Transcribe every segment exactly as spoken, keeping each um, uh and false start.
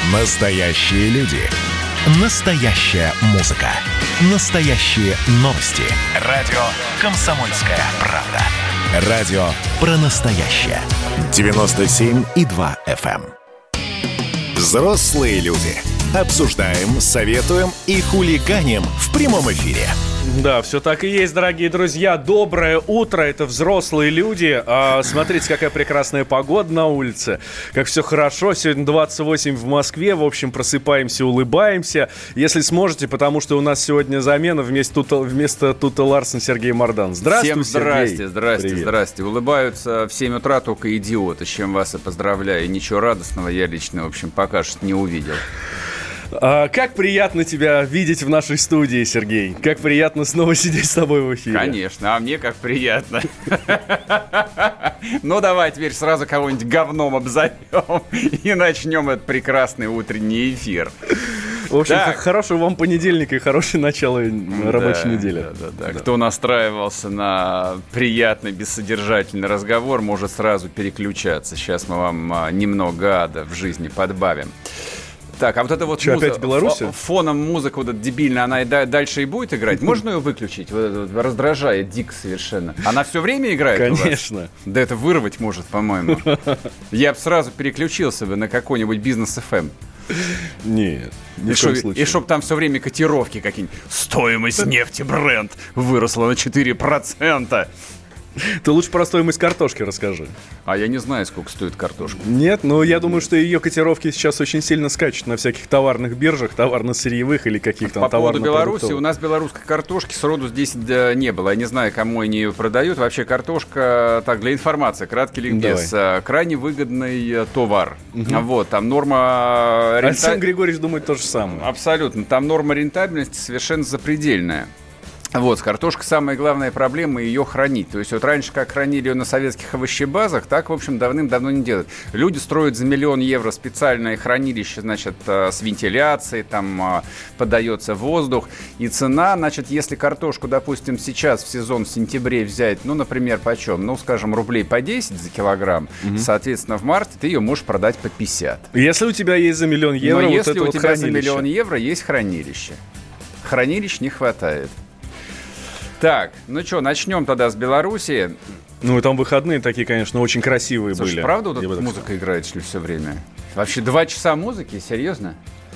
Настоящие люди. Настоящая музыка. Настоящие новости. Радио «Комсомольская правда». Радио про настоящее. девяносто семь и два эф эм. Взрослые люди. Обсуждаем, советуем и хулиганим в прямом эфире. Да, все так и есть, дорогие друзья. Доброе утро, это взрослые люди. А, смотрите, какая прекрасная погода на улице. Как все хорошо. Сегодня двадцать восемь в Москве. В общем, просыпаемся, улыбаемся. Если сможете, потому что у нас сегодня замена вместо Тута, вместо Тута Ларсен Сергей Мардан. Здравствуйте, Всем здрасте, Сергей. здрасте, Привет. здрасте. Улыбаются в семь утра только идиоты, с чем вас и поздравляю. Ничего радостного я лично, в общем, пока что не увидел. А, как приятно тебя видеть в нашей студии, Сергей. Как приятно снова сидеть с тобой в эфире. Конечно, а мне как приятно. Ну, давай теперь сразу кого-нибудь говном обзовем и начнем этот прекрасный утренний эфир. В общем, Так. хорошего вам понедельника и хорошее начало рабочей Да, недели. Да, да, да. Кто настраивался на приятный, бессодержательный разговор, может сразу переключаться. Сейчас мы вам а, немного ада в жизни подбавим. Так, а вот это вот Что, музыка, опять в Беларуси? фо- фоном музыка вот эта дебильная, она и да- дальше и будет играть? Можно ее выключить? Вот это вот раздражает дико совершенно. Она все время играет у вас? Конечно. Да это вырвать может, по-моему. Я бы сразу переключился бы на какой-нибудь бизнес-эф эм. Нет, ни И, в шо- коем случае. и чтоб там все время котировки какие-нибудь. Стоимость нефти Брент выросла на четыре процента. Ты лучше про стоимость картошки расскажи. А я не знаю, сколько стоит картошка. Нет, но я думаю, что ее котировки сейчас очень сильно скачут на всяких товарных биржах, товарно-сырьевых или каких-то По поводу товарно-продуктовых. Беларуси, у нас белорусской картошки сроду здесь да, не было. Я не знаю, кому они ее продают. Вообще картошка, так, для информации, краткий ликбез. Давай. Крайне выгодный э, товар. Вот, там норма... рента- Александр Григорьевич думает то же самое. Абсолютно. Там норма рентабельности совершенно запредельная. Вот, с картошкой самая главная проблема — ее хранить. То есть вот раньше, как хранили ее на советских овощебазах, так, в общем, давным-давно не делают. Люди строят за миллион евро специальное хранилище, значит, с вентиляцией, там подается воздух. И цена, значит, если картошку, допустим, сейчас в сезон в сентябре взять, ну, например, почем? Ну, скажем, рублей по десять за килограмм, угу. Соответственно, в марте ты ее можешь продать по пятьдесят. Если у тебя есть за миллион евро, Но вот если это у вот тебя хранилище. за миллион евро есть хранилище. Хранилищ не хватает. Так, ну что, начнем тогда с Белоруссии. Ну, и там выходные такие, конечно, очень красивые Слушай, были. правда вот Я бы эта так музыка играет, что ли, все время? Вообще два часа музыки? Серьезно?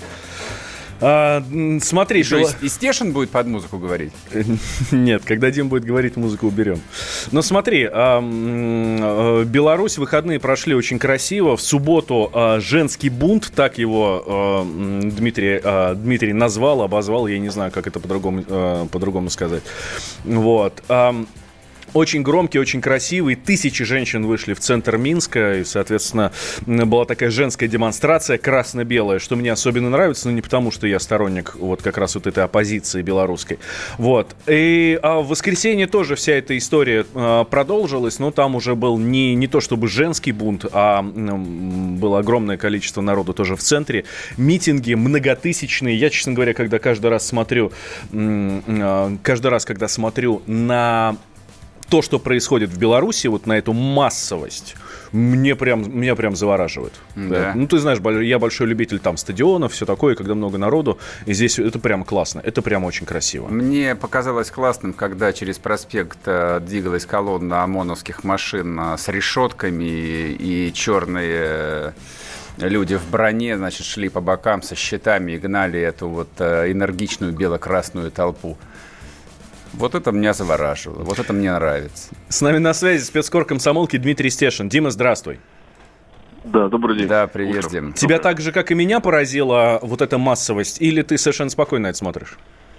А, м, смотри, И что, Бела- и, и Стешин будет под музыку говорить? Нет, когда Дим будет говорить, музыку уберем. Но смотри, а, м, э, Беларусь, выходные прошли очень красиво. В субботу а, женский бунт, так его а, м, Дмитрий, а, Дмитрий назвал, обозвал, я не знаю, как это по-другому, а, по-другому сказать. Вот. Ам, Очень громкий, очень красивый. Тысячи женщин вышли в центр Минска. И, соответственно, была такая женская демонстрация красно-белая, что мне особенно нравится, но не потому, что я сторонник вот как раз вот этой оппозиции белорусской. Вот. И а в воскресенье тоже вся эта история а, продолжилась, но там уже был не, не то чтобы женский бунт, а м, было огромное количество народу тоже в центре. Митинги многотысячные. Я, честно говоря, когда каждый раз смотрю, м, а, каждый раз, когда смотрю на то, что происходит в Беларуси, вот на эту массовость, мне прям, меня прям завораживает. Да. Да. Ну, ты знаешь, я большой любитель там стадионов, все такое, когда много народу, и здесь это прям классно, это прям очень красиво. Мне показалось классным, когда через проспект э, двигалась колонна ОМОНовских машин э, с решетками и, и черные... э, люди в броне, значит, шли по бокам со щитами и гнали эту вот э, энергичную бело-красную толпу. Вот это меня завораживало, вот это мне нравится. С нами на связи спецкор комсомолки Дмитрий Стешин. Дима, здравствуй. Да, добрый день. Да, привет, Утро. Дим. Тебя так же, как и меня, поразила вот эта массовость, или ты совершенно спокойно это смотришь?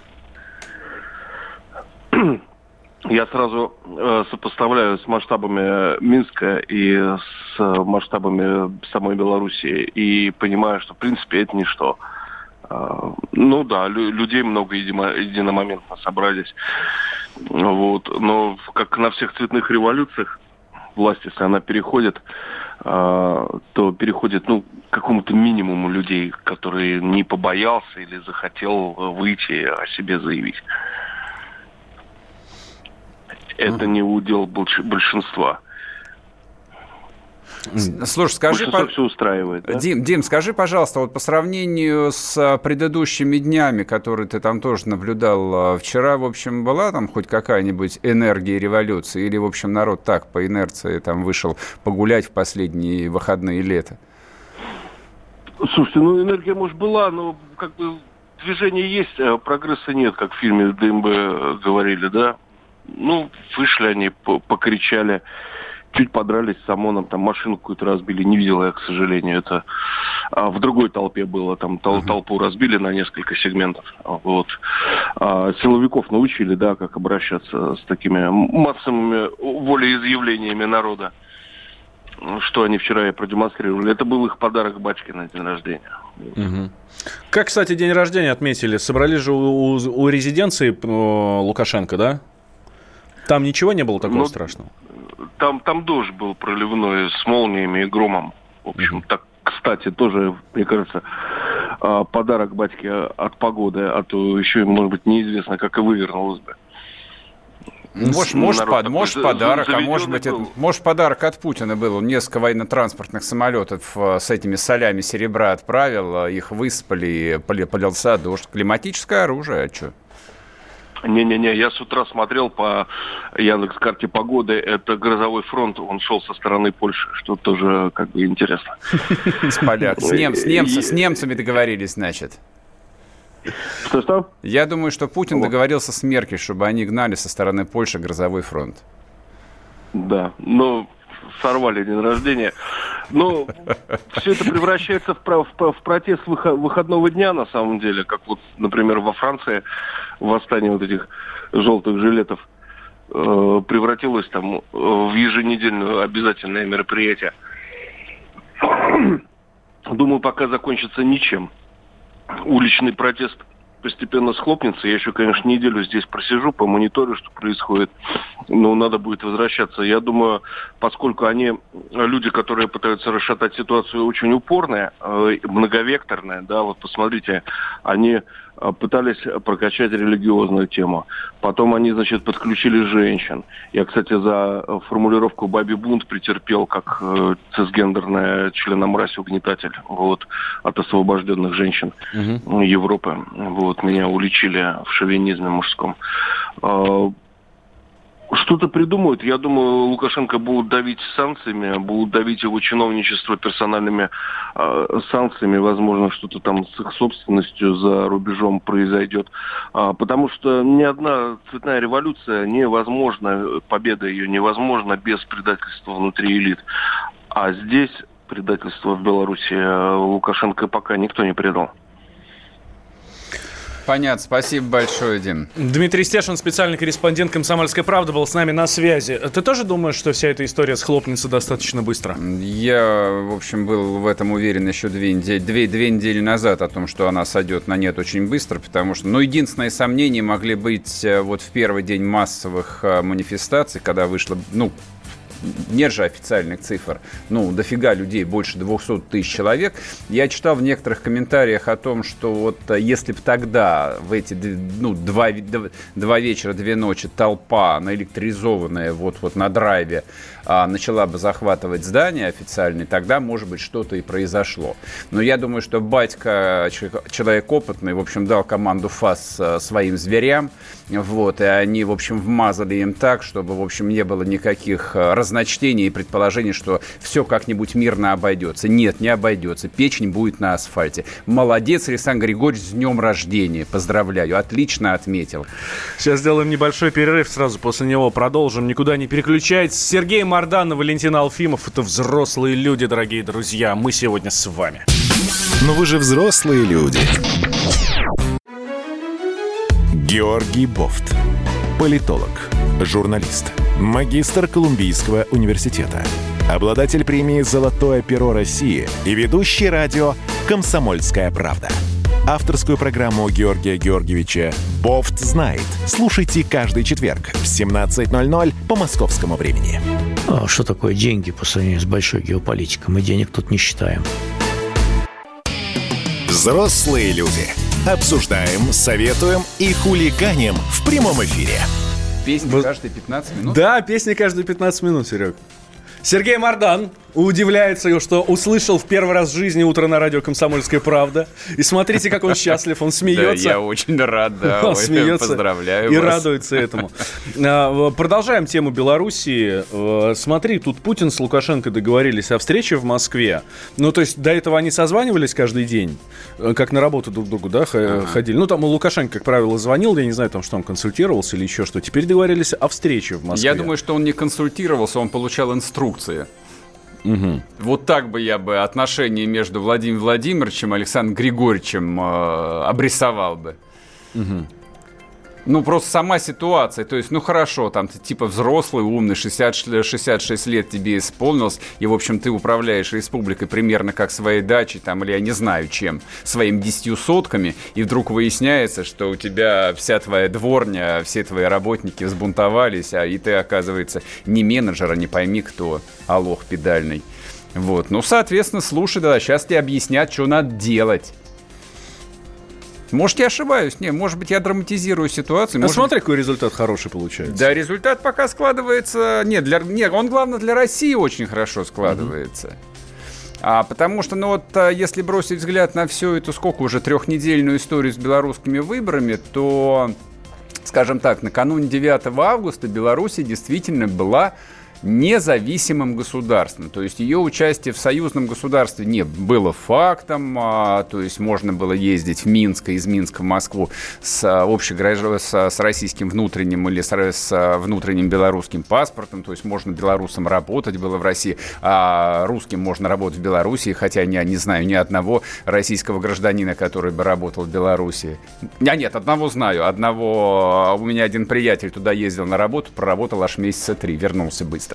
Я сразу э, сопоставляю с масштабами Минска и с масштабами самой Белоруссии и понимаю, что в принципе это ничто. Э, ну да, лю- людей много едимо- единомоментно собрались. Вот. Но как на всех цветных революциях, власть, если она переходит, э, то переходит ну, к какому-то минимуму людей, который не побоялся или захотел выйти о себе заявить. Это не удел большинства. Слушай, скажи, по... все устраивает, да? Дим, Дим, скажи, пожалуйста, вот по сравнению с предыдущими днями, которые ты там тоже наблюдал, вчера, в общем, была там хоть какая-нибудь энергия революции, или, в общем, народ так по инерции там вышел погулять в последние выходные лета? Слушайте, ну энергия, может, была, но как бы движение есть, а прогресса нет, как в фильме ДМБ говорили, да? Ну, вышли они, покричали, чуть подрались с ОМОНом, там машину какую-то разбили, не видел я, к сожалению, это а в другой толпе было, там тол- толпу разбили на несколько сегментов, вот. А силовиков научили, да, как обращаться с такими массовыми волеизъявлениями народа, что они вчера и продемонстрировали. Это был их подарок батьке на день рождения. Угу. Как, кстати, день рождения отметили? Собрались же у, у, у резиденции Лукашенко, да? Там ничего не было такого ну, страшного? Там, там дождь был проливной с молниями и громом. В общем, так, кстати, тоже, мне кажется, подарок батьке от погоды, а то еще, может быть, неизвестно, как и вывернулось бы. Может, может, под, может подарок, а может быть, это, может подарок от Путина был. Он несколько военно-транспортных самолетов с этими солями серебра отправил, их выспали, полился дождь. Климатическое оружие, а что? Не-не-не, я с утра смотрел по Яндекс.Карте погоды, это грозовой фронт, он шел со стороны Польши, что тоже как бы интересно. С поляк, с немцами договорились, значит. Что-что? Я думаю, что Путин договорился с Меркель, чтобы они гнали со стороны Польши грозовой фронт. Да, но сорвали день рождения. Но все это превращается в, в, в протест выходного дня, на самом деле, как вот, например, во Франции восстание вот этих желтых жилетов э, превратилось там в еженедельное обязательное мероприятие. Думаю, пока закончится ничем. Уличный протест постепенно схлопнется. Я еще, конечно, неделю здесь просижу, помониторю, что происходит. Но надо будет возвращаться. Я думаю, поскольку они, люди, которые пытаются расшатать ситуацию, очень упорные, многовекторные, да, вот посмотрите, они пытались прокачать религиозную тему. Потом они, значит, подключили женщин. Я, кстати, за формулировку «бабий бунт» претерпел как э, цисгендерная членомразь-угнетатель вот, от освобожденных женщин угу. Европы. Вот, меня уличили в шовинизме мужском. Э, Что-то придумают. Я думаю, Лукашенко будут давить санкциями, будут давить его чиновничество персональными э, санкциями. Возможно, что-то там с их собственностью за рубежом произойдет. А, потому что ни одна цветная революция невозможна, победа ее невозможна без предательства внутри элит. А здесь предательство в Беларуси Лукашенко пока никто не предал. Понятно. Спасибо большое, Дим. Дмитрий Стешин, специальный корреспондент «Комсомольской правды», был с нами на связи. Ты тоже думаешь, что вся эта история схлопнется достаточно быстро? Я, в общем, был в этом уверен еще две недели, две, две недели назад о том, что она сойдет на нет очень быстро, потому что, ну, единственные сомнения могли быть вот в первый день массовых манифестаций, когда вышло, ну, нет же официальных цифр, ну, дофига людей, больше двести тысяч человек. Я читал в некоторых комментариях о том, что вот если бы тогда в эти ну, два, два вечера, две ночи толпа наэлектризованная вот, вот на драйве а, начала бы захватывать здания официальные, тогда, может быть, что-то и произошло. Но я думаю, что батька, человек опытный, в общем, дал команду ФАС своим зверям, вот, и они, в общем, вмазали им так, чтобы, в общем, не было никаких разночтений и предположений, что все как-нибудь мирно обойдется. Нет, не обойдется. Печень будет на асфальте. Молодец, Александр Григорьевич, с днем рождения. Поздравляю. Отлично отметил. Сейчас сделаем небольшой перерыв, сразу после него продолжим. Никуда не переключайтесь. Сергей Мардан и Валентин Алфимов. Это взрослые люди, дорогие друзья. Мы сегодня с вами. Но вы же взрослые люди. Георгий Бофт. Политолог, журналист, магистр Колумбийского университета, обладатель премии «Золотое перо России» и ведущий радио «Комсомольская правда». Авторскую программу Георгия Георгиевича «Бофт знает». Слушайте каждый четверг в семнадцать ноль ноль по московскому времени. А что такое деньги по сравнению с большой геополитикой? Мы денег тут не считаем. Взрослые люди. Обсуждаем, советуем и хулиганим в прямом эфире. Песни каждые пятнадцать минут? Да, песни каждые пятнадцать минут, Серег. Сергей Мардан удивляется, что услышал в первый раз в жизни «Утро на радио Комсомольская правда». И смотрите, как он счастлив, он смеется. Да, я очень рад, да. Он смеется. Поздравляю и вас. радуется этому. Продолжаем тему Белоруссии. Смотри, тут Путин с Лукашенко договорились о встрече в Москве. Ну, то есть до этого они созванивались каждый день, как на работу друг к другу, да, ходили. Ну, там Лукашенко, как правило, звонил, я не знаю, там, что он консультировался или еще что. Теперь договорились о встрече в Москве. Я думаю, что он не консультировался, он получал инструкции. Угу. Вот так бы я бы отношения между Владимиром Владимировичем и Александром Григорьевичем э, обрисовал бы. Угу. Ну, просто сама ситуация. То есть, ну, хорошо, там ты типа взрослый, умный, шестьдесят, шестьдесят шесть лет тебе исполнилось, и, в общем, ты управляешь республикой примерно как своей дачей, там, или я не знаю чем, своими десятью сотками, и вдруг выясняется, что у тебя вся твоя дворня, все твои работники взбунтовались, а и ты, оказывается, не менеджер, а не пойми кто, а лох педальный. Вот, ну, соответственно, слушай, да, сейчас тебе объяснят, что надо делать. Может, я ошибаюсь, не, может быть, я драматизирую ситуацию. А может... смотри, какой результат хороший получается. Да, результат пока складывается... Нет, для... Нет, он, главное, для России очень хорошо складывается. Mm-hmm. А, потому что, ну вот, если бросить взгляд на всю эту, сколько уже, трехнедельную историю с белорусскими выборами, то, скажем так, накануне девятого августа Беларусь действительно была независимым государством. То есть ее участие в союзном государстве не было фактом, а, то есть можно было ездить в Минск, из Минска в Москву с, общеграждан... с, с российским внутренним или с, с внутренним белорусским паспортом, то есть можно белорусам работать было в России, а русским можно работать в Белоруссии, хотя я не знаю ни одного российского гражданина, который бы работал в Белоруссии. А нет, одного знаю, одного, у меня один приятель туда ездил на работу, проработал аж месяца три, вернулся быстро.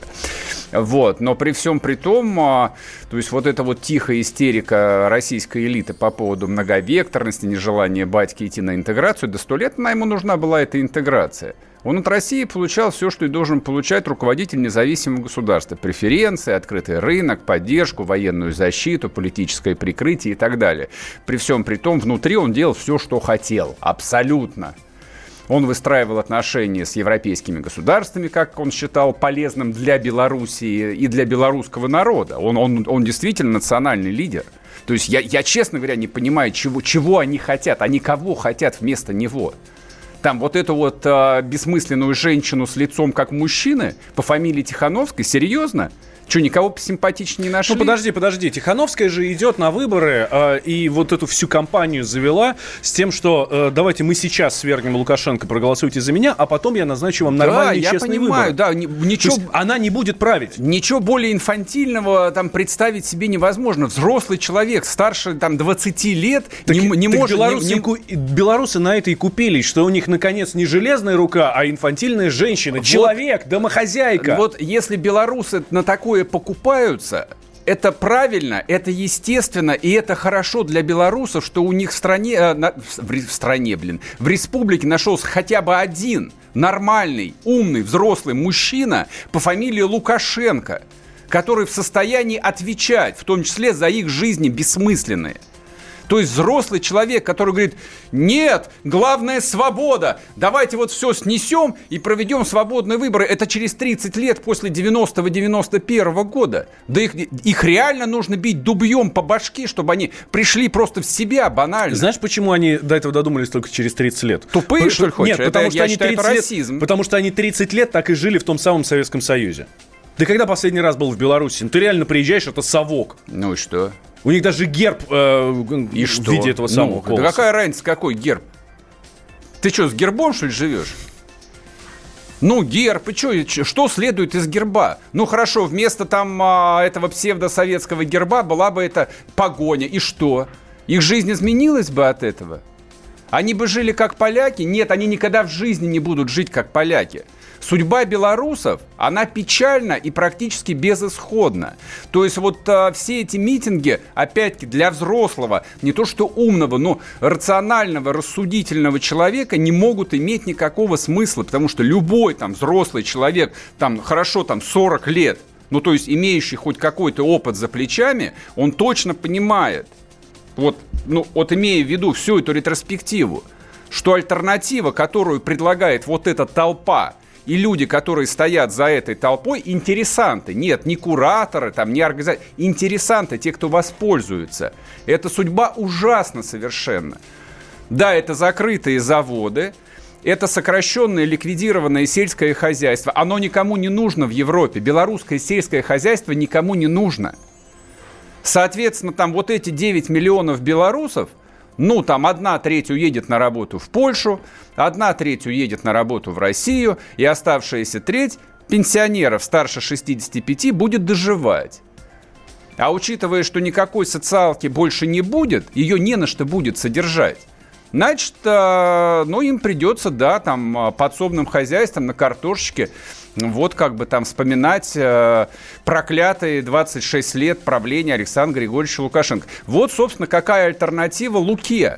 Вот, но при всем при том, то есть вот эта вот тихая истерика российской элиты по поводу многовекторности, нежелания батьки идти на интеграцию, до сто лет она ему нужна была эта интеграция. Он от России получал все, что и должен получать руководитель независимого государства. Преференции, открытый рынок, поддержку, военную защиту, политическое прикрытие и так далее. При всем при том, внутри он делал все, что хотел. Абсолютно. Он выстраивал отношения с европейскими государствами, как он считал полезным для Белоруссии и для белорусского народа. Он, он, он действительно национальный лидер. То есть я, я, честно говоря, не понимаю, чего, чего они хотят. Они кого хотят вместо него? Там вот эту вот э, бессмысленную женщину с лицом как мужчины по фамилии Тихановской? Серьезно? Что, никого посимпатичнее не нашли? Ну, подожди, подожди. Тихановская же идет на выборы э, и вот эту всю кампанию завела с тем, что э, давайте мы сейчас свергнем Лукашенко, проголосуйте за меня, а потом я назначу вам нормальный, да, честный понимаю, выбор. Да, ничего... То есть она не будет править. Ничего более инфантильного там представить себе невозможно. Взрослый человек, старше там двадцати лет, так, не, не так может... Белорусы, не, не... ку... белорусы на это и купились, что у них, наконец, не железная рука, а инфантильная женщина. Вот, человек, домохозяйка. Вот если белорусы на такое покупают, это правильно, это естественно, и это хорошо для белорусов, что у них в стране, э, на, в, в стране, блин, в республике нашелся хотя бы один нормальный, умный, взрослый мужчина по фамилии Лукашенко, который в состоянии отвечать, в том числе за их жизни бессмысленные. То есть взрослый человек, который говорит: нет, главное свобода, давайте вот все снесем и проведем свободные выборы. Это через тридцать лет после девяностого девяносто первого года. Да их, их реально нужно бить дубьем по башке, чтобы они пришли просто в себя банально. Знаешь, почему они до этого додумались только через тридцать лет? Тупые, что ли, хочешь? Нет, потому это, что они считаю, тридцать лет, расизм. потому что они тридцать лет так и жили в том самом Советском Союзе. Ты когда последний раз был в Беларуси? Ну, ты реально приезжаешь, это совок. Ну и что? У них даже герб э, и в что? виде этого самого ну, колоса. Да какая разница, какой герб? Ты что, с гербом, что ли, живешь? Ну, герб, и что, что следует из герба? Ну, хорошо, вместо там а, этого псевдосоветского герба была бы эта погоня. И что? Их жизнь изменилась бы от этого? Они бы жили как поляки? Нет, они никогда в жизни не будут жить как поляки. Судьба белорусов, она печальна и практически безысходна. То есть вот а, все эти митинги, опять-таки, для взрослого, не то что умного, но рационального, рассудительного человека не могут иметь никакого смысла, потому что любой там взрослый человек, там хорошо, там сорок лет, ну то есть имеющий хоть какой-то опыт за плечами, он точно понимает, вот, ну, вот имея в виду всю эту ретроспективу, что альтернатива, которую предлагает вот эта толпа и люди, которые стоят за этой толпой, интересанты. Нет, не кураторы, там, не организаторы, интересанты, те, кто воспользуются. Эта судьба ужасна совершенно. Да, это закрытые заводы, это сокращенное, ликвидированное сельское хозяйство. Оно никому не нужно в Европе. Белорусское сельское хозяйство никому не нужно. Соответственно, там вот эти девять миллионов белорусов, ну, там одна треть уедет на работу в Польшу, одна треть уедет на работу в Россию, и оставшаяся треть пенсионеров старше шестидесяти пяти будет доживать. А учитывая, что никакой социалки больше не будет, ее не на что будет содержать, значит, ну, им придется, да, там, подсобным хозяйством на картошечке, вот как бы там вспоминать э, проклятые двадцать шесть лет правления Александра Григорьевича Лукашенко. Вот, собственно, какая альтернатива Луке.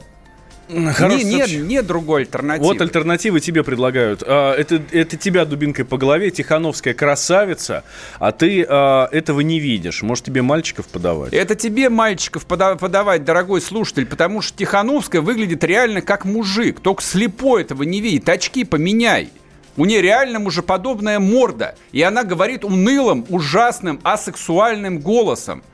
Не, нет, нет другой альтернативы. Вот альтернативы тебе предлагают. Это, это тебя дубинкой по голове, Тихановская красавица, а ты а, этого не видишь. Может, тебе мальчиков подавать? Это тебе мальчиков пода- подавать, дорогой слушатель, потому что Тихановская выглядит реально как мужик. Только слепой этого не видит. Очки поменяй. У нее реально мужеподобная морда. И она говорит унылым, ужасным, асексуальным голосом.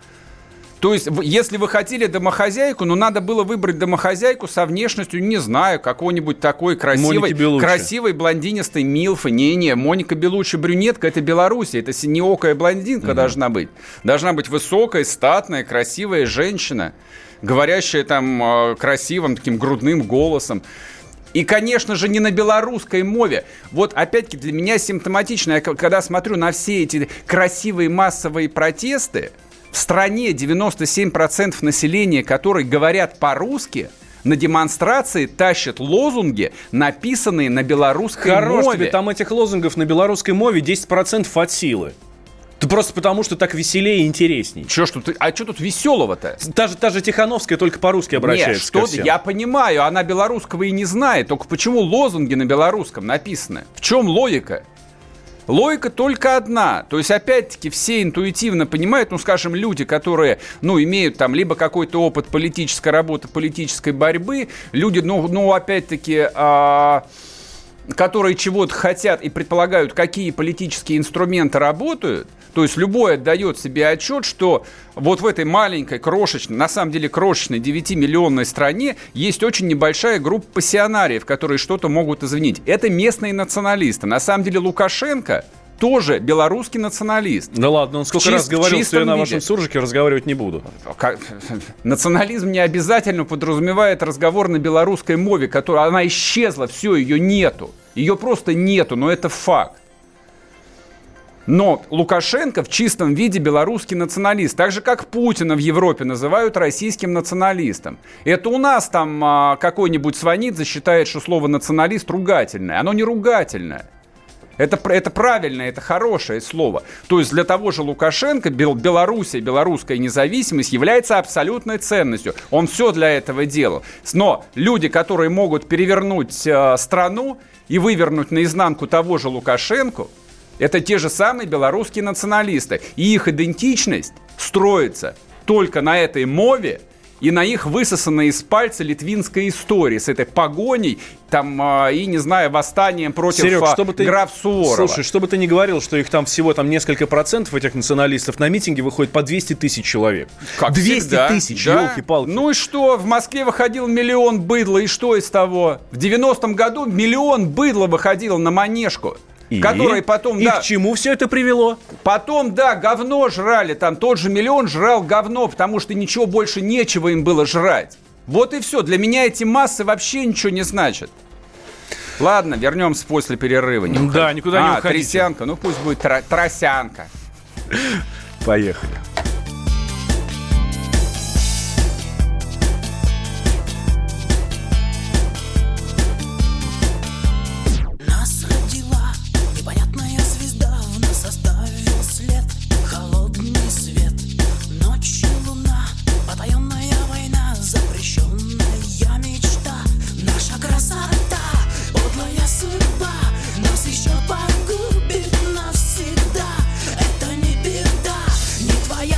То есть, если вы хотели домохозяйку, ну, надо было выбрать домохозяйку со внешностью, не знаю, какой-нибудь такой красивой, красивой блондинистой милфы. Не-не, Моника Белуччи брюнетка, это Белоруссия, это синеокая блондинка угу. должна быть. Должна быть высокая, статная, красивая женщина, говорящая там красивым таким грудным голосом. И, конечно же, не на белорусской мове. Вот, опять-таки, для меня симптоматично, я когда смотрю на все эти красивые массовые протесты, в стране девяносто семь процентов населения, которые говорят по-русски, на демонстрации тащат лозунги, написанные на белорусской Хорош мове. Тебе там этих лозунгов на белорусской мове десять процентов от силы. Ты просто потому, что так веселее и интересней. Чё, что ты, а что тут веселого-то? Та же, та же Тихановская только по-русски обращается. Нет, что ко всем. Я понимаю, она белорусского и не знает. Только почему лозунги на белорусском написаны? В чем логика? Логика только одна. То есть, опять-таки, все интуитивно понимают, ну, скажем, люди, которые, ну, имеют там либо какой-то опыт политической работы, политической борьбы, люди, ну, ну опять-таки... А- которые чего-то хотят и предполагают, какие политические инструменты работают, то есть любой отдает себе отчет, что вот в этой маленькой, крошечной, на самом деле крошечной девятимиллионной стране есть очень небольшая группа пассионариев, которые что-то могут изменить. Это местные националисты. На самом деле Лукашенко тоже белорусский националист. Да ладно, он сколько Чист, раз говорил, что я на виде. вашем суржике разговаривать не буду. Как? Национализм не обязательно подразумевает разговор на белорусской мове, которая она исчезла, все, ее нету. Ее просто нету, но это факт. Но Лукашенко в чистом виде белорусский националист. Так же, как Путина в Европе называют российским националистом. Это у нас там а, какой-нибудь Сванидзе считает, что слово националист ругательное. Оно не ругательное. Это, это правильное, это хорошее слово. То есть для того же Лукашенко Бел, Белоруссия, белорусская независимость является абсолютной ценностью. Он все для этого делал. Но люди, которые могут перевернуть э, страну и вывернуть наизнанку того же Лукашенко, это те же самые белорусские националисты. И их идентичность строится только на этой мове и на их высосанной из пальца литвинской истории с этой погоней там, э, и, не знаю, восстанием против Серег, а, чтобы ты, граф Суворова. Слушай, чтобы ты не говорил, что их там всего там несколько процентов, этих националистов, на митинге выходит по двести тысяч человек. Как двести тысяч, да? елки-палки. Ну и что? В Москве выходил миллион быдла, и что из того? В девяностом году миллион быдла выходило на Манежку. И? Которые потом, и да, к чему все это привело? Потом, да, говно жрали, там тот же миллион жрал говно, потому что ничего больше нечего им было жрать. Вот и все. Для меня эти массы вообще ничего не значат. Ладно, вернемся после перерыва. Не да, никуда не а, уходите. Трясянка, ну пусть будет тра- тросянка. Поехали. Нас еще погубит навсегда. Это не беда, не твоя.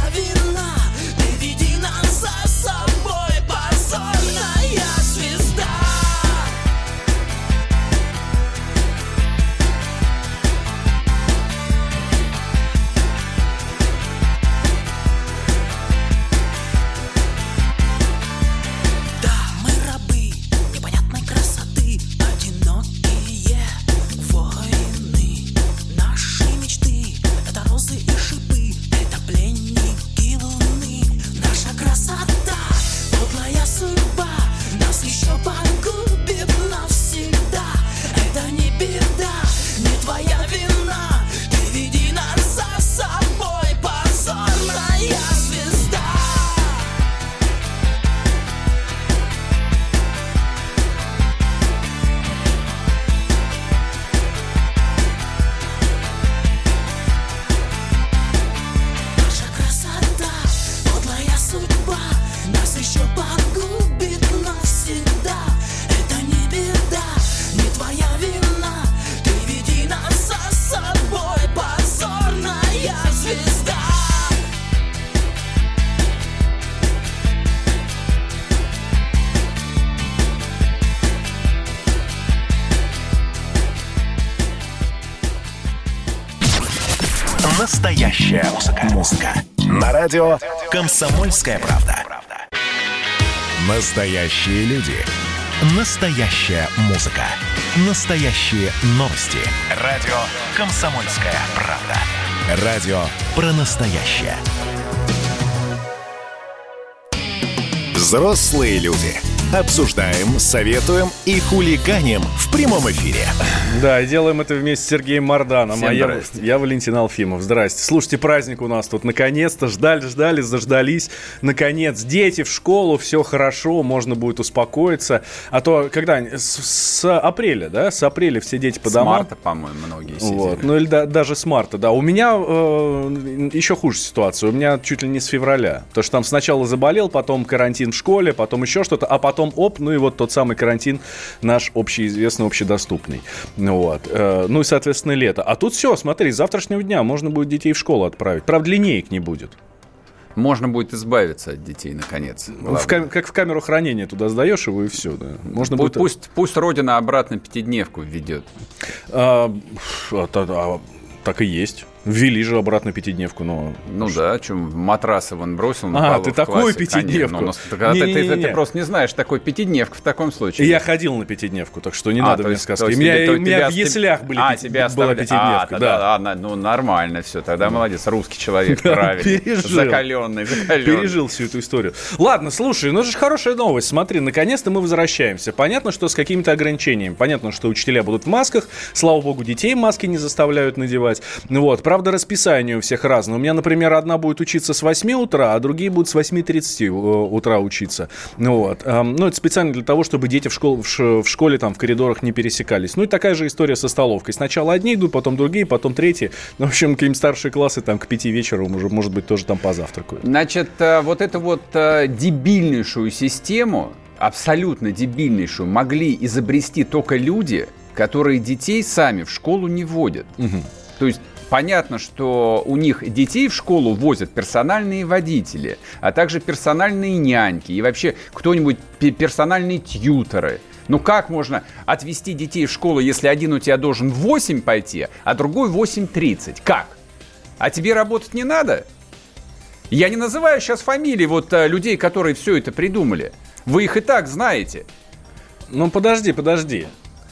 Настоящая музыка. Музыка. На радио «Комсомольская правда». Настоящие люди. Настоящая музыка. Настоящие новости. Радио «Комсомольская правда». Радио про настоящее. Взрослые люди. Обсуждаем, советуем и хулиганим в прямом эфире. Да, и делаем это вместе с Сергеем Марданом. А я, я Валентин Алфимов. Здрасте. Слушайте, праздник у нас тут наконец-то. Ждали, ждали, заждались. Наконец, дети в школу, все хорошо, можно будет успокоиться. А то, когда? С, с апреля, да? С апреля все дети по домам. С марта, по-моему, многие сидели. Вот. Ну или да, даже с марта, да. У меня э, еще хуже ситуация. У меня чуть ли не с февраля. Потому что там сначала заболел, потом карантин в школе, потом еще что-то, а потом оп, ну и вот тот самый карантин наш общеизвестный, общедоступный. Вот. Ну и, соответственно, лето. А тут все, смотри, с завтрашнего дня можно будет детей в школу отправить. Правда, линеек не будет. Можно будет избавиться от детей, наконец. В кам- как в камеру хранения туда сдаешь его, и все. Да. Можно пусть, будет... пусть, пусть Родина обратно пятидневку введет. А, а, а, так и есть. Ввели же обратно пятидневку, но... Ну да, что, матрасы вон бросил на а, полу ты в такую классе. пятидневку? Конечно, ну, ты, не, не, не, не. Ты, ты просто не знаешь такой пятидневка в таком случае. Я ходил на пятидневку, так что не а, надо то мне есть, сказки. То есть, у меня, тебе, у меня тебя, в яслях были а, пяти, тебя была пятидневка. А, да. да, да, ну нормально все, тогда молодец, русский человек, правильно. Пережил. Закаленный, закаленный. Пережил всю эту историю. Ладно, слушай, ну это же хорошая новость. Смотри, наконец-то мы возвращаемся. Понятно, что с какими-то ограничениями. Понятно, что учителя будут в масках. Слава богу, детей маски не заставляют надевать. Вот. Правда, расписание у всех разное. У меня, например, одна будет учиться с восьми утра, а другие будут с восьми тридцати утра учиться. Вот. Ну, это специально для того, чтобы дети в, школ, в школе, там, в коридорах не пересекались. Ну, и такая же история со столовкой. Сначала одни идут, потом другие, потом третьи. Ну, в общем, какие-нибудь старшие классы там к пяти вечера уже, может быть, тоже там позавтракают. Значит, вот эту вот дебильнейшую систему, абсолютно дебильнейшую, могли изобрести только люди, которые детей сами в школу не водят. Угу. То есть понятно, что у них детей в школу возят персональные водители, а также персональные няньки и вообще кто-нибудь персональные тьюторы. Ну как можно отвезти детей в школу, если один у тебя должен в восемь пойти, а другой в восемь тридцать? Как? А тебе работать не надо? Я не называю сейчас фамилии вот людей, которые все это придумали. Вы их и так знаете. Ну подожди, подожди.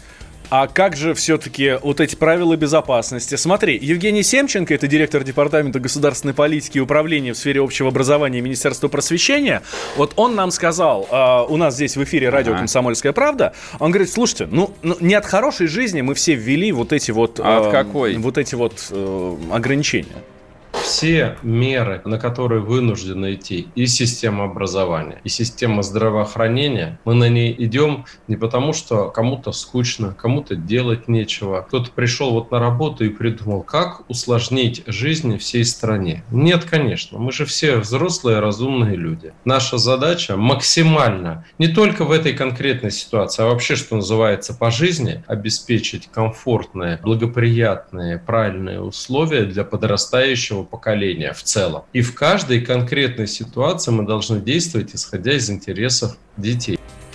А как же все-таки вот эти правила безопасности? Смотри, Евгений Семченко, это директор департамента государственной политики и управления в сфере общего образования Министерства просвещения, вот он нам сказал, э, у нас здесь в эфире радио ага. «Комсомольская правда», он говорит, слушайте, ну, ну не от хорошей жизни мы все ввели вот эти вот, э, а от какой? Вот эти вот э, ограничения. Все меры, на которые вынуждены идти и система образования, и система здравоохранения, мы на ней идем не потому, что кому-то скучно, кому-то делать нечего. Кто-то пришел вот на работу и придумал, как усложнить жизнь всей стране. Нет, конечно, мы же все взрослые, разумные люди. Наша задача максимально, не только в этой конкретной ситуации, а вообще, что называется, по жизни, обеспечить комфортные, благоприятные, правильные условия для подрастающего поколения в целом. И в каждой конкретной ситуации мы должны действовать, исходя из интересов детей.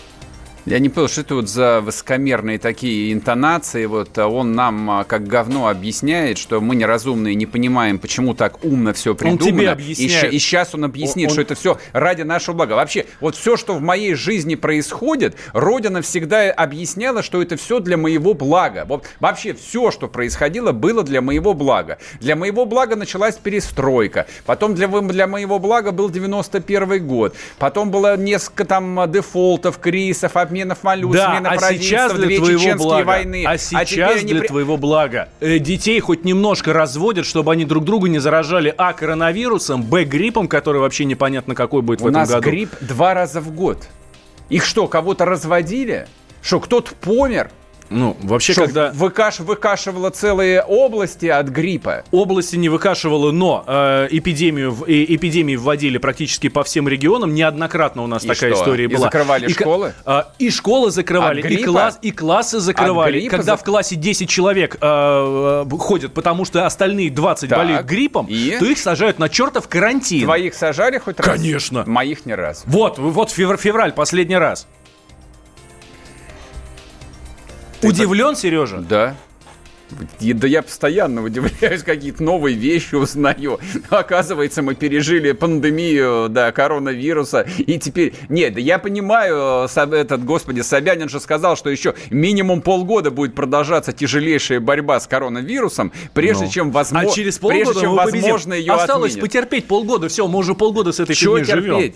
Я не понял, что это вот за высокомерные такие интонации. Вот он нам как говно объясняет, что мы неразумные, не понимаем, почему так умно все придумано. Он тебе объясняет. И, и сейчас он объяснит, он, он... что это все ради нашего блага. Вообще, вот все, что в моей жизни происходит, Родина всегда объясняла, что это все для моего блага. Вот вообще все, что происходило, было для моего блага. Для моего блага началась перестройка. Потом для, для моего блага был девяносто первый год. Потом было несколько там дефолтов, кризисов, обменов валют, да, смена а провинций, две чеченские войны. А сейчас а для при... твоего блага э, детей хоть немножко разводят, чтобы они друг друга не заражали а. коронавирусом, б. гриппом, который вообще непонятно какой будет в У этом нас году. Грипп два раза в год. Их что, кого-то разводили? Что, кто-то помер? Ну, вообще, что, когда... Выкаш... выкашивало целые области от гриппа? Области не выкашивало, но э, эпидемию, э, эпидемии вводили практически по всем регионам. Неоднократно у нас и такая что? история и была. закрывали и, школы? Э, и школы закрывали, и, класс, и классы закрывали. Когда за... в классе десять человек э, ходят, потому что остальные двадцать так, болеют гриппом, и? то их сажают на чертов карантин. Твоих сажали хоть раз? Конечно. Моих не раз. Вот, вот февраль, последний раз. Удивлен, Сережа? Да. Да я постоянно удивляюсь, какие-то новые вещи узнаю. Оказывается, мы пережили пандемию, да, коронавируса, и теперь... Нет, да я понимаю, этот, господи, Собянин же сказал, что еще минимум полгода будет продолжаться тяжелейшая борьба с коронавирусом, прежде ну. чем, возможно, а через полгода прежде, чем возможно ее Осталось отменят. потерпеть полгода, все, мы уже полгода с этой фигней живем.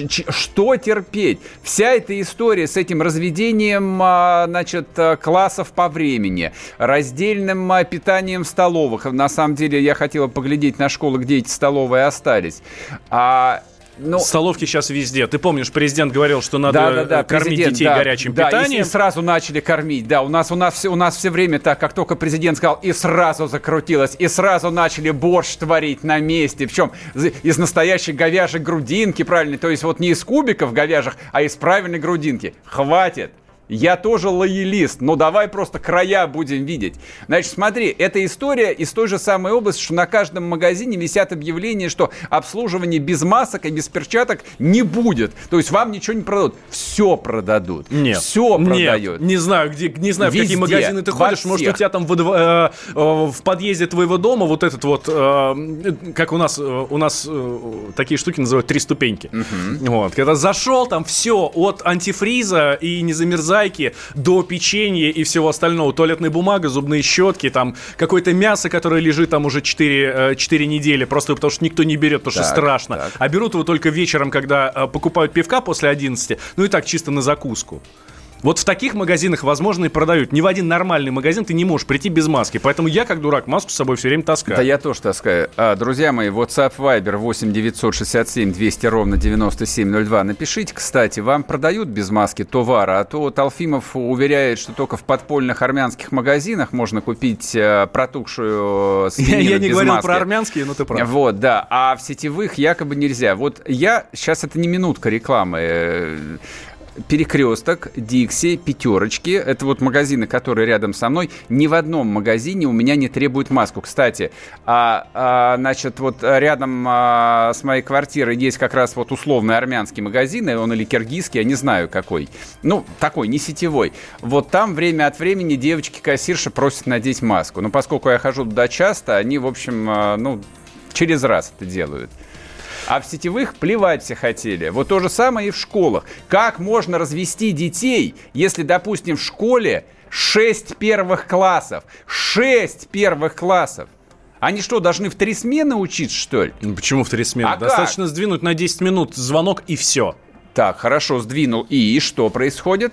Что терпеть? Вся эта история с этим разведением, значит, классов по времени, раздельным питанием в столовых. На самом деле, я хотела поглядеть на школы, где эти столовые остались. А... Ну, столовки сейчас везде. Ты помнишь, президент говорил, что надо да, да, да, кормить детей да, горячим да, питанием. И, и сразу начали кормить. Да, у нас, у, нас, у нас все время так, как только президент сказал, и сразу закрутилось, и сразу начали борщ творить на месте. Причем из настоящей говяжьей грудинки, правильно? То есть вот не из кубиков говяжьих, а из правильной грудинки. Хватит. Я тоже лоялист, но давай просто края будем видеть. Значит, смотри, эта история из той же самой области, что на каждом магазине висят объявления, что обслуживание без масок и без перчаток не будет. То есть вам ничего не продадут. Все продадут. Нет. Все продают. Нет. Не знаю, где, не знаю, везде, в какие магазины ты ходишь. Может, у тебя там в, э, э, в подъезде твоего дома вот этот вот, э, как у нас, э, у нас э, такие штуки называют три ступеньки. Uh-huh. Вот. Когда зашел, там все от антифриза и не замерзай до печенья и всего остального. Туалетная бумага, зубные щетки, там какое-то мясо, которое лежит там уже четыре, четыре недели, просто потому что никто не берет, потому так, что страшно. Так. А берут его только вечером, когда покупают пивка после одиннадцати, ну и так чисто на закуску. Вот в таких магазинах, возможно, и продают. Ни в один нормальный магазин ты не можешь прийти без маски. Поэтому я, как дурак, маску с собой все время таскаю. Да я тоже таскаю. А, друзья мои, WhatsApp, Viber восемь девятьсот шестьдесят семь двести ровно девяносто семь ноль два. Напишите, кстати, вам продают без маски товары, а то Талфимов уверяет, что только в подпольных армянских магазинах можно купить а, протухшую свинину без маски. Я не говорил про армянские, но ты прав. Вот, да. А в сетевых якобы нельзя. Вот я... Сейчас это не минутка рекламы. Перекресток, Дикси, Пятерочки. Это вот магазины, которые рядом со мной. Ни в одном магазине у меня не требуют маску. Кстати, а, а, значит, вот рядом а, с моей квартирой есть как раз вот условный армянский магазин, он или киргизский, я не знаю какой. Ну, такой, не сетевой. Вот там время от времени девочки-кассирши просят надеть маску. Но поскольку я хожу туда часто, они, в общем, а, ну, через раз это делают. А в сетевых плевать все хотели. Вот то же самое и в школах. Как можно развести детей, если, допустим, в школе шесть первых классов? Шесть первых классов! Они что, должны в три смены учиться, что ли? Почему в три смены? А Достаточно как? Сдвинуть на десять минут звонок и все. Так, хорошо, сдвинул. И что происходит?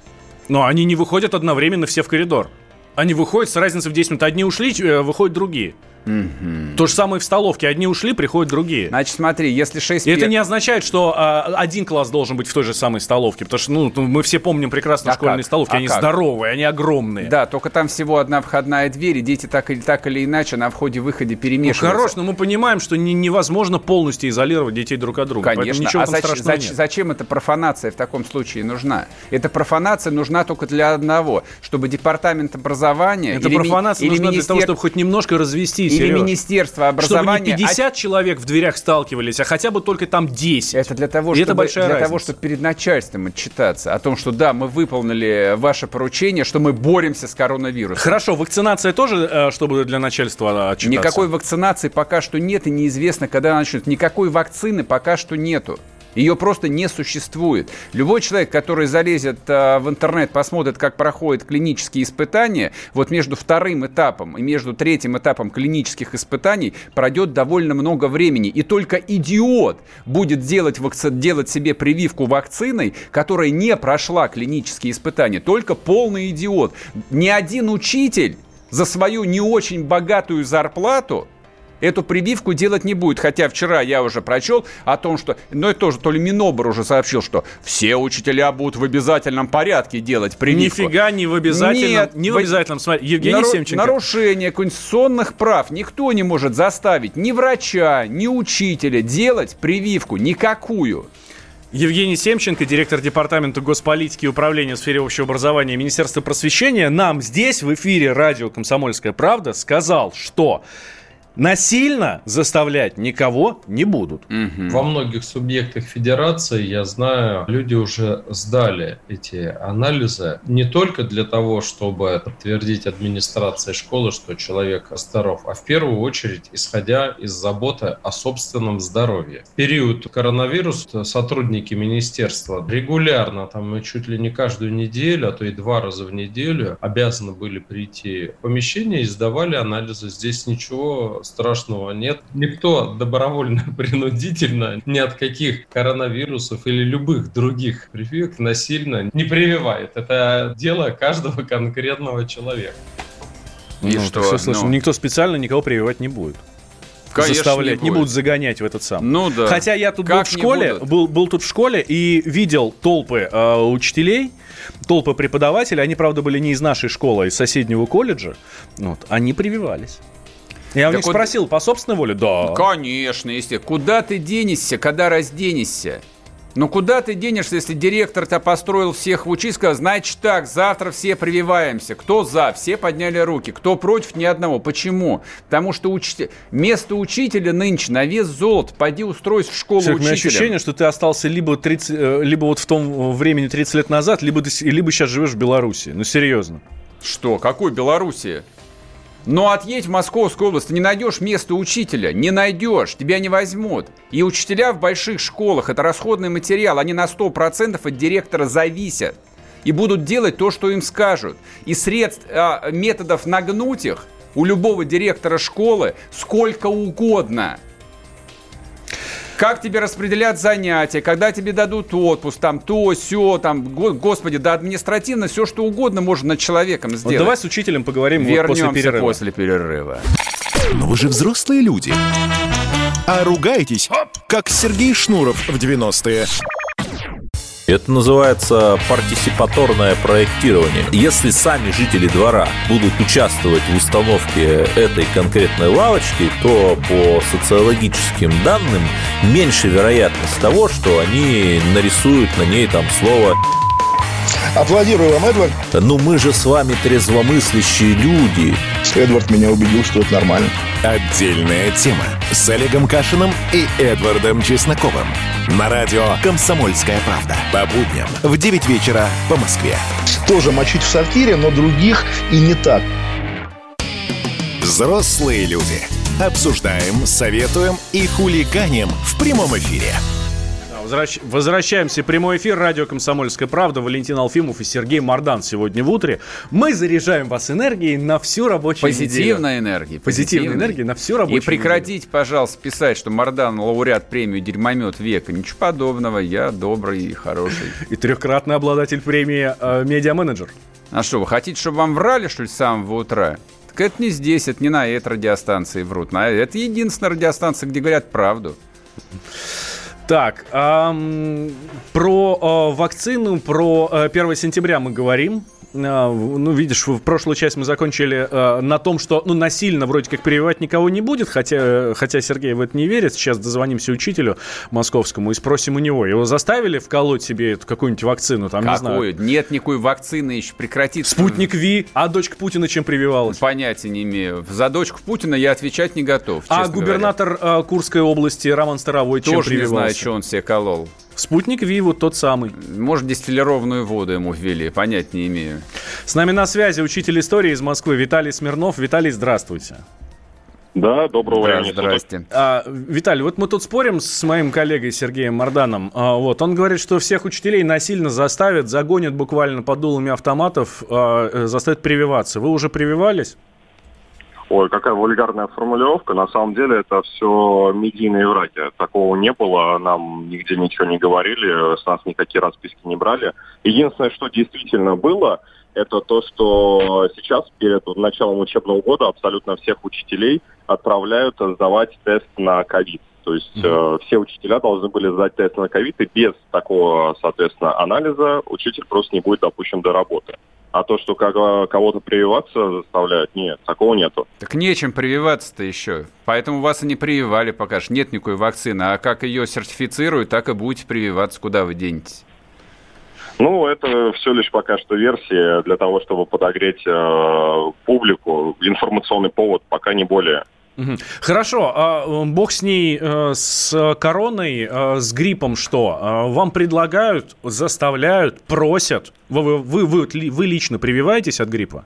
Но они не выходят одновременно все в коридор. Они выходят с разницей в десять минут. Одни ушли, выходят другие. Mm-hmm. То же самое в столовке. Одни ушли, приходят другие. Значит, смотри, если шесть... И это не означает, что а, один класс должен быть в той же самой столовке. Потому что, ну, мы все помним прекрасно а школьные как? столовки. А они как? здоровые, они огромные. Да, только там всего одна входная дверь, и дети так или, так или иначе на входе-выходе перемешиваются. Ну, хорош, но мы понимаем, что не, невозможно полностью изолировать детей друг от друга. Конечно. Ничего а там зач, зач, нет. зачем эта профанация в таком случае нужна? Эта профанация нужна только для одного, чтобы департамент образования... Эта или профанация ми, нужна или для того, чтобы хоть немножко развестись. Или Сереж. министерство образования... Чтобы не пятьдесят а... человек в дверях сталкивались, а хотя бы только там десять. Это для того, чтобы, это большая для разница. того, чтобы перед начальством отчитаться о том, что да, мы выполнили ваше поручение, что мы боремся с коронавирусом. Хорошо, вакцинация тоже, чтобы для начальства отчитаться? Никакой вакцинации пока что нет, и неизвестно, когда она начнется. Никакой вакцины пока что нету. Ее просто не существует. Любой человек, который залезет э, в интернет, посмотрит, как проходят клинические испытания, вот между вторым этапом и между третьим этапом клинических испытаний пройдет довольно много времени. И только идиот будет делать, вакци... делать себе прививку вакциной, которая не прошла клинические испытания. Только полный идиот. Ни один учитель за свою не очень богатую зарплату эту прививку делать не будет. Хотя вчера я уже прочел о том, что... Ну, это тоже то ли Минобр уже сообщил, что все учителя будут в обязательном порядке делать прививку. Нифига не в обязательном. Нет, не в обязательном. Смотри, Евгений нару... Семченко. Нарушение конституционных прав никто не может заставить ни врача, ни учителя делать прививку никакую. Евгений Семченко, директор департамента госполитики и управления в сфере общего образования Министерства просвещения, нам здесь в эфире радио «Комсомольская правда» сказал, что... Насильно заставлять никого не будут. Угу. Во многих субъектах федерации, я знаю, люди уже сдали эти анализы не только для того, чтобы подтвердить администрации школы, что человек здоров, а в первую очередь исходя из заботы о собственном здоровье. В период коронавируса сотрудники министерства регулярно, там чуть ли не каждую неделю, а то и два раза в неделю обязаны были прийти в помещение и сдавали анализы. Здесь ничего страшного нет. Никто добровольно, принудительно ни от каких коронавирусов или любых других прививок насильно не прививает. Это дело каждого конкретного человека. И ну, что? Все слышно. Ну... Никто специально никого прививать не будет. Конечно, заставлять, не, не будут загонять в этот сам. Ну да. Хотя я тут был в школе, был, был тут в школе и видел толпы э, учителей, толпы преподавателей. Они, правда, были не из нашей школы, а из соседнего колледжа. Вот, они прививались. Я так у них вот... спросил, по собственной воле? Да. Конечно, если. Куда ты денешься, когда разденешься? Ну куда ты денешься, если директор-то построил всех в учить, сказал, значит так, завтра все прививаемся. Кто за? Все подняли руки. Кто против? Ни одного. Почему? Потому что учитель... место учителя нынче на вес золота. Пойди устройся в школу учителем. У меня ощущение, что ты остался либо, тридцать, либо вот в том времени тридцать лет назад, либо, ты, либо сейчас живешь в Беларуси. Ну серьезно. Что? Какой Беларуси? Но отъедь в Московскую область, ты не найдешь место учителя, не найдешь, тебя не возьмут. И учителя в больших школах, это расходный материал, они на сто процентов от директора зависят. И будут делать то, что им скажут. И средств, а, методов нагнуть их у любого директора школы сколько угодно. Как тебе распределят занятия, когда тебе дадут отпуск, там то, сё, там, господи, да административно все, что угодно можно над человеком сделать. Вот давай с учителем поговорим вот после перерыва. после перерыва. Но вы же взрослые люди. А ругаетесь, как Сергей Шнуров в девяностые. Это называется партисипаторное проектирование. Если сами жители двора будут участвовать в установке этой конкретной лавочки, то по социологическим данным меньше вероятность того, что они нарисуют на ней там слово. Аплодирую вам, Эдвард. Ну мы же с вами трезвомыслящие люди. Эдвард меня убедил, что это нормально. Отдельная тема с Олегом Кашиным и Эдвардом Чесноковым. На радио «Комсомольская правда». По будням в девять вечера по Москве. Тоже мочить в сортире, но других и не так. Взрослые люди. Обсуждаем, советуем и хулиганим в прямом эфире. Возвращ... Возвращаемся в прямой эфир. Радио «Комсомольская правда». Валентин Алфимов и Сергей Мардан сегодня в утре. Мы заряжаем вас энергией на всю рабочую неделю. Позитивной энергией. Позитивной энергией на всю рабочую неделю. И прекратите, неделю. пожалуйста, писать, что Мардан лауреат премии «Дерьмомет века». Ничего подобного. Я добрый и хороший. И трехкратный обладатель премии э, «Медиаменеджер». А что, вы хотите, чтобы вам врали, что ли, с самого утра? Так это не здесь, это не на этой радиостанции врут. Это единственная радиостанция, где говорят правду. Так, эм, про э, вакцину, про э, первого сентября мы говорим. Э, ну, видишь, в прошлую часть мы закончили э, на том, что ну, насильно вроде как прививать никого не будет, хотя, хотя Сергей в это не верит. Сейчас дозвонимся учителю московскому и спросим у него. Его заставили вколоть себе эту какую-нибудь вакцину? Там, Какую? Не знаю. Нет никакой вакцины, еще прекратится. Спутник Ви, а дочка Путина чем прививалась? Понятия не имею. За дочку Путина я отвечать не готов. А губернатор э, Курской области Роман Старовой чем Тоже прививался? Не знаю, что он себе колол. Спутник Ви, вот тот самый. Может, дистиллированную воду ему ввели, понять не имею. С нами на связи учитель истории из Москвы Виталий Смирнов. Виталий, здравствуйте. Да, доброго времени. Здрасте. А, Виталий, вот мы тут спорим с моим коллегой Сергеем Марданом. А, вот, он говорит, что всех учителей насильно заставят, загонят буквально под дулами автоматов, а, заставят прививаться. Вы уже прививались? Ой, какая вульгарная формулировка. На самом деле это все медийные враки. Такого не было, нам нигде ничего не говорили, с нас никакие расписки не брали. Единственное, что действительно было, это то, что сейчас перед началом учебного года абсолютно всех учителей отправляют сдавать тест на ковид. То есть mm-hmm. э, все учителя должны были сдать тест на ковид, и без такого, соответственно, анализа учитель просто не будет допущен до работы. А то, что кого-то прививаться заставляют, нет, такого нету. Так нечем прививаться-то еще. Поэтому вас и не прививали пока что. Нет никакой вакцины. А как ее сертифицируют, так и будете прививаться. Куда вы денетесь? Ну, это все лишь пока что версия для того, чтобы подогреть э, публику. Информационный повод, пока не более. Хорошо, а бог с ней, с короной, с гриппом что? Вам предлагают, заставляют, просят? Вы, вы, вы, вы лично прививаетесь от гриппа?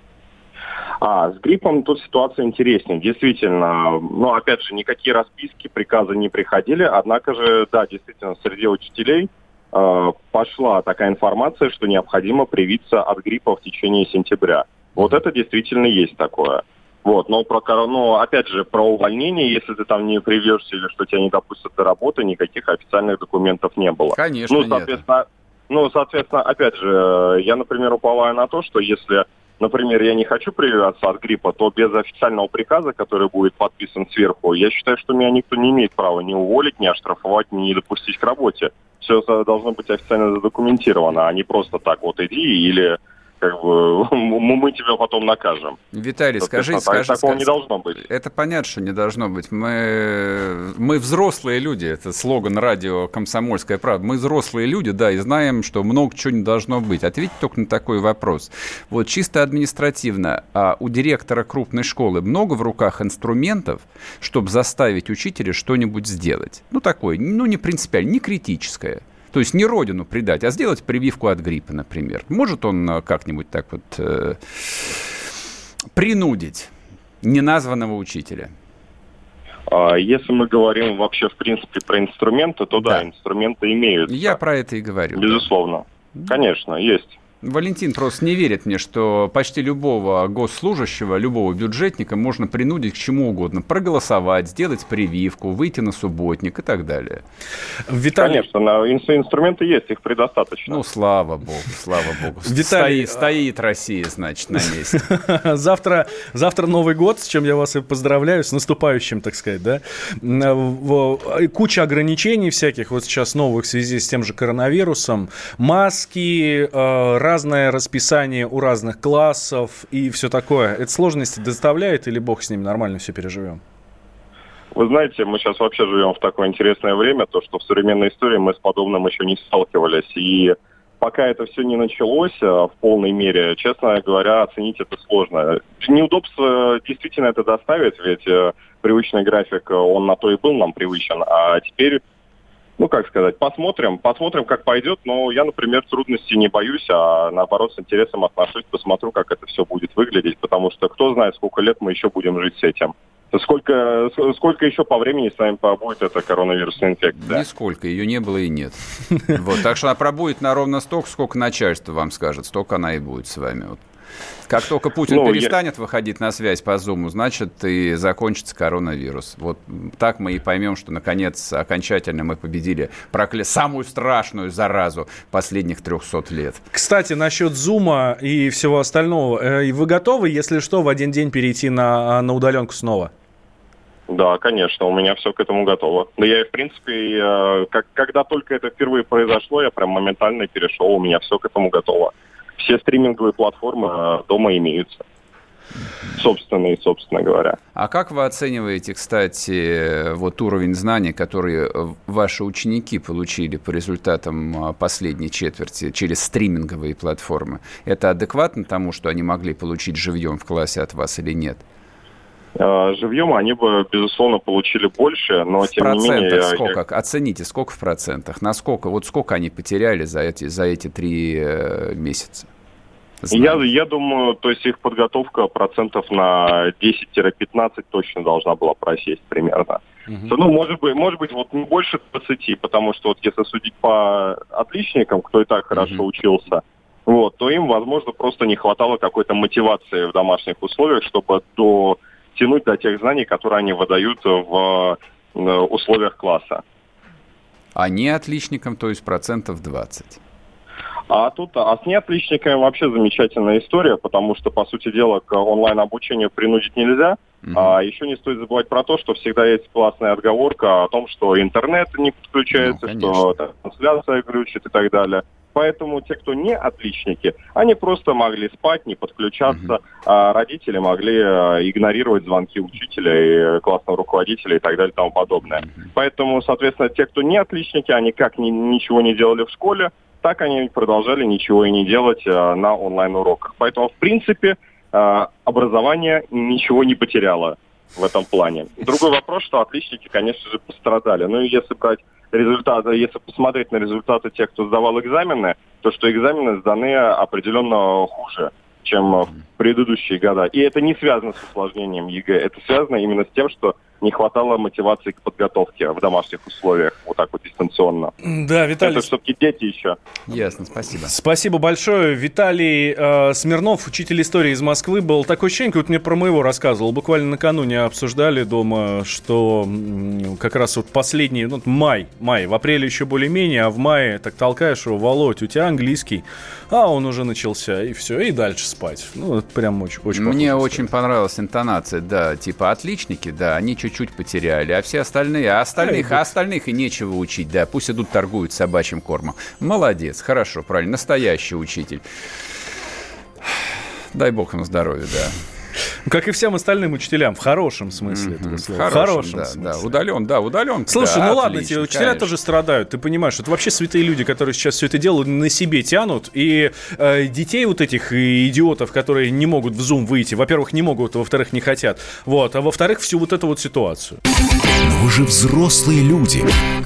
А, с гриппом тут ситуация интереснее. Действительно, ну, опять же, никакие расписки, приказы не приходили. Однако же, да, действительно, среди учителей э, пошла такая информация, что необходимо привиться от гриппа в течение сентября. Вот это действительно есть такое. Вот, но про корону, опять же, про увольнение, если ты там не привьешься или что тебя не допустят до работы, никаких официальных документов не было. Конечно, ну, соответственно, нет. Ну, соответственно, опять же, я, например, уповаю на то, что если, например, я не хочу прививаться от гриппа, то без официального приказа, который будет подписан сверху, я считаю, что меня никто не имеет права ни уволить, ни оштрафовать, ни не допустить к работе. Все должно быть официально задокументировано, а не просто так вот иди или... Как бы, мы тебя потом накажем. Виталий, скажите, скажите, такого скажите, не должно быть. Это понятно, что не должно быть. Мы, мы взрослые люди, это слоган радио «Комсомольская правда». Мы взрослые люди, да, и знаем, что много чего не должно быть. Ответьте только на такой вопрос. Вот чисто административно, а у директора крупной школы много в руках инструментов, чтобы заставить учителя что-нибудь сделать? Ну, такое, ну, не принципиально, не критическое. То есть не родину предать, а сделать прививку от гриппа, например. Может он как-нибудь так вот э, принудить неназванного учителя? Если мы говорим вообще, в принципе, про инструменты, то да, да инструменты имеются. Я про это и говорю. Безусловно. Да. Конечно, есть. Валентин просто не верит мне, что почти любого госслужащего, любого бюджетника можно принудить к чему угодно. Проголосовать, сделать прививку, выйти на субботник и так далее. Виталий... Конечно, инструменты есть, их предостаточно. Ну, слава богу, слава богу. Виталий... Стоит, стоит Россия, значит, на месте. Завтра, завтра Новый год, с чем я вас и поздравляю, с наступающим, так сказать, да. Куча ограничений всяких, вот сейчас новых в связи с тем же коронавирусом. Маски, разное расписание у разных классов и все такое. Это сложности доставляет или бог с ними, нормально все переживем? Вы знаете, мы сейчас вообще живем в такое интересное время, то, что в современной истории мы с подобным еще не сталкивались. И пока это все не началось в полной мере, честно говоря, оценить это сложно. Неудобство действительно это доставит, ведь привычный график, он на то и был нам привычен, а теперь... Ну, как сказать, посмотрим, посмотрим, как пойдет. Но я, например, трудностей не боюсь, а наоборот с интересом отношусь, посмотрю, как это все будет выглядеть, потому что кто знает, сколько лет мы еще будем жить с этим. Сколько, сколько еще по времени с нами побудет эта коронавирусная инфекция? Нисколько, ее не было и нет. Вот, так что она пробудет на ровно столько, сколько начальство вам скажет, столько она и будет с вами. Вот. Как только Путин ну, перестанет я... выходить на связь по Зуму, значит, и закончится коронавирус. Вот так мы и поймем, что, наконец, окончательно мы победили прокля... самую страшную заразу последних трехсот лет. Кстати, насчет Зума и всего остального. Вы готовы, если что, в один день перейти на, на удаленку снова? Да, конечно, у меня все к этому готово. Да я, в принципе, как, когда только это впервые произошло, я прям моментально перешел, у меня все к этому готово. Все стриминговые платформы дома имеются. Собственные, собственно говоря. А как вы оцениваете, кстати, вот уровень знаний, который ваши ученики получили по результатам последней четверти через стриминговые платформы? Это адекватно тому, что они могли получить живьем в классе от вас или нет? Живьем они бы, безусловно, получили больше, но в тем не менее... Сколько? Я... Оцените, сколько в процентах? Насколько? Вот сколько они потеряли за эти, за эти три э, месяца? Я, я думаю, то есть их подготовка процентов на десять-пятнадцать точно должна была просесть примерно. Uh-huh. Ну, может быть, может быть, вот не больше двадцати, потому что вот если судить по отличникам, кто и так хорошо uh-huh. учился, вот, то им, возможно, просто не хватало какой-то мотивации в домашних условиях, чтобы до... тянуть до тех знаний, которые они выдают в условиях класса. А не отличникам, то есть процентов двадцать. А тут, а с неотличниками вообще замечательная история, потому что, по сути дела, к онлайн-обучению принудить нельзя. Mm-hmm. А еще не стоит забывать про то, что всегда есть классная отговорка о том, что интернет не подключается, ну, что трансляция глючит и так далее. Поэтому те, кто не отличники, они просто могли спать, не подключаться, uh-huh. а родители могли игнорировать звонки учителя и классного руководителя и так далее и тому подобное. Uh-huh. Поэтому, соответственно, те, кто не отличники, они как ни, ничего не делали в школе, так они продолжали ничего и не делать а, на онлайн-уроках. Поэтому, в принципе, а, образование ничего не потеряло. в этом плане. Другой вопрос, что отличники, конечно же, пострадали. Ну и если брать результаты, если посмотреть на результаты тех, кто сдавал экзамены, то что экзамены сданы определенно хуже, чем в предыдущие года. И это не связано с усложнением ЕГЭ, это связано именно с тем, что не хватало мотивации к подготовке в домашних условиях, вот так вот дистанционно. Да, Виталий... Это все-таки дети еще. Ясно, спасибо. Спасибо большое. Виталий э, Смирнов, учитель истории из Москвы, был такой ощущение, вот мне про моего рассказывал. Буквально накануне обсуждали дома, что м, как раз вот последний, ну, май, май, в апреле еще более-менее, а в мае так толкаешь его: Володь, у тебя английский, а он уже начался, и все, и дальше спать. Ну, это прям очень, очень Мне очень понравилась интонация, да, типа отличники, да, они чуть-чуть потеряли, а все остальные, а остальных, а остальных и нечего учить, да, пусть идут торгуют собачьим кормом. Молодец, хорошо, правильно, настоящий учитель. Дай бог ему здоровья, да. Как и всем остальным учителям, в хорошем смысле этого слова. В хорошем да, смысле. Да, удален, да, удален. Слушай, да, ну ладно, отлично, те учителя конечно. тоже страдают, ты понимаешь, это вообще святые люди, которые сейчас все это делают, на себе тянут, и э, детей вот этих и идиотов, которые не могут в Zoom выйти, во-первых, не могут, а во-вторых, не хотят, вот, а во-вторых, всю вот эту вот ситуацию. Но вы же взрослые люди,